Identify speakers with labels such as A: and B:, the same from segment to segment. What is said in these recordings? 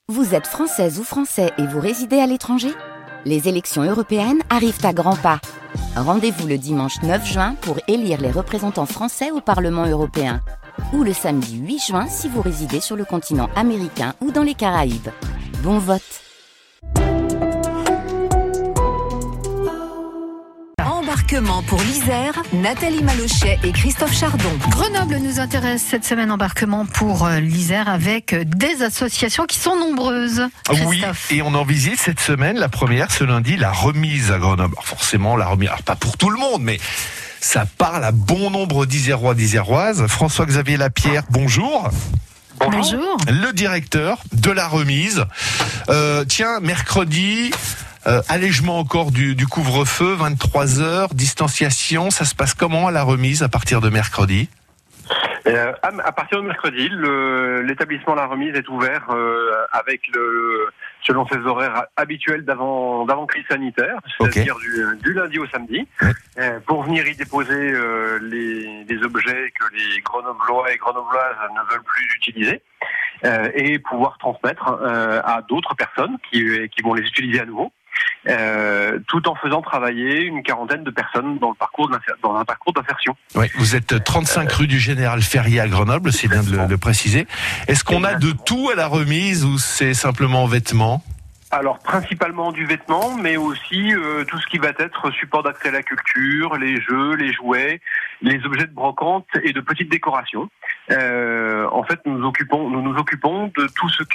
A: Vous êtes française ou français et vous résidez à l'étranger ? Les élections européennes arrivent à grands pas. Rendez-vous le dimanche 9 juin pour élire les représentants français au Parlement européen. Ou le samedi 8 juin si vous résidez sur le continent américain ou dans les Caraïbes. Bon vote!
B: Embarquement pour l'Isère, Nathalie Malochet et Christophe Chardon.
C: Grenoble nous intéresse cette semaine, embarquement pour l'Isère avec des associations qui sont nombreuses.
D: Oui, et on en visite cette semaine, la première ce lundi, la remise à Grenoble. Alors forcément, la remise, alors pas pour tout le monde, mais ça parle à bon nombre d'Isérois, d'Iséroises. François-Xavier Lapierre, bonjour.
C: Bonjour.
D: Le directeur de la remise. Tiens, mercredi... allègement encore du couvre-feu, 23h, distanciation, ça se passe comment à la remise à partir de mercredi ?
E: À partir de mercredi, l'établissement La Remise est ouvert selon ses horaires habituels d'avant crise sanitaire, c'est-à-dire du lundi au samedi, pour venir y déposer les objets que les Grenoblois et Grenobloises ne veulent plus utiliser, et pouvoir transmettre à d'autres personnes qui vont les utiliser à nouveau. Tout en faisant travailler une quarantaine de personnes dans un parcours d'insertion. Oui,
D: vous êtes 35 rue du Général Ferrier à Grenoble, c'est bien de le préciser. Est-ce qu'on a de tout à la remise ou c'est simplement vêtements ?
E: Alors principalement du vêtement, mais aussi tout ce qui va être support d'accès à la culture, les jeux, les jouets, les objets de brocante et de petites décorations. En fait, nous nous occupons de tout ce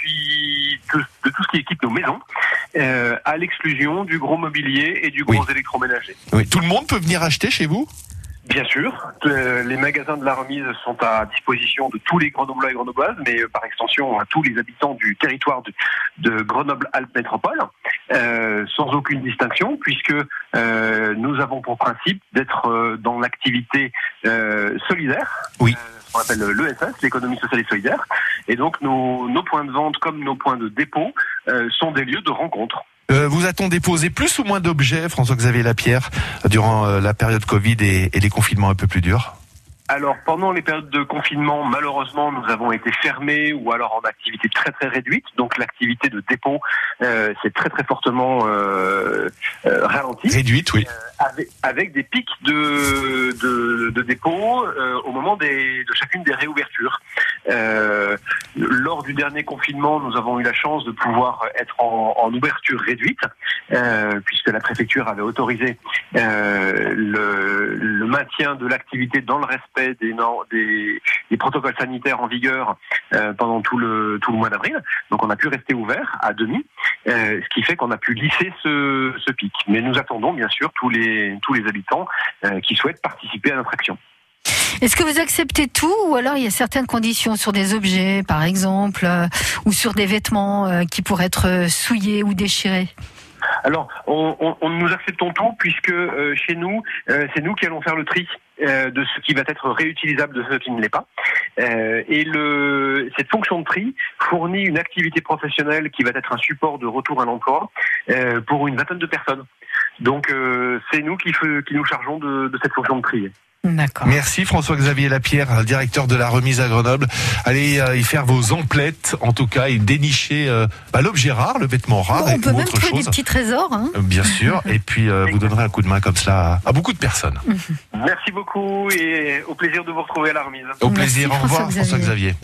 E: qui équipe nos maisons, à l'exclusion du gros mobilier et du gros électroménager.
D: Oui, tout le monde peut venir acheter chez vous ?
E: Bien sûr, les magasins de la remise sont à disposition de tous les Grenoblois et Grenobloises, mais par extension à tous les habitants du territoire de Grenoble-Alpes Métropole, sans aucune distinction, puisque nous avons pour principe d'être dans l'activité solidaire.
D: Oui.
E: Ce qu'on appelle l'ESS, l'économie sociale et solidaire. Et donc nos points de vente comme nos points de dépôt sont des lieux de rencontre.
D: Vous a-t-on déposé plus ou moins d'objets, François-Xavier Lapierre, durant la période Covid et les confinements un peu plus durs ?
E: Alors, pendant les périodes de confinement, malheureusement, nous avons été fermés ou alors en activité très très réduite. Donc, l'activité de dépôt s'est très très fortement ralentie.
D: Réduite, oui.
E: Avec des pics de dépôt au moment de chacune des réouvertures. Lors du dernier confinement, nous avons eu la chance de pouvoir être en ouverture réduite, puisque la préfecture avait autorisé le maintien de l'activité dans le respect des protocoles sanitaires en vigueur pendant tout le mois d'avril. Donc on a pu rester ouvert à demi, ce qui fait qu'on a pu lisser ce pic. Mais nous attendons bien sûr tous les habitants qui souhaitent participer à notre action.
C: Est-ce que vous acceptez tout ou alors il y a certaines conditions sur des objets, par exemple, ou sur des vêtements qui pourraient être souillés ou déchirés ?
E: Alors, nous acceptons tout puisque chez nous, c'est nous qui allons faire le tri de ce qui va être réutilisable de ce qui ne l'est pas. Et cette fonction de tri fournit une activité professionnelle qui va être un support de retour à l'emploi pour une vingtaine de personnes. Donc, c'est nous qui nous chargeons de cette fonction de tri.
C: D'accord.
D: Merci François-Xavier Lapierre, directeur de la remise à Grenoble. Allez y faire vos emplettes, en tout cas, et dénicher l'objet rare, le vêtement rare,
C: on peut
D: ou
C: même
D: autre
C: trouver
D: chose.
C: des petits trésors. Hein.
D: Bien sûr, et puis vous donnerez un coup de main comme cela à beaucoup de personnes.
E: Merci beaucoup et au plaisir de vous retrouver à la remise.
D: Au plaisir, au revoir François-Xavier.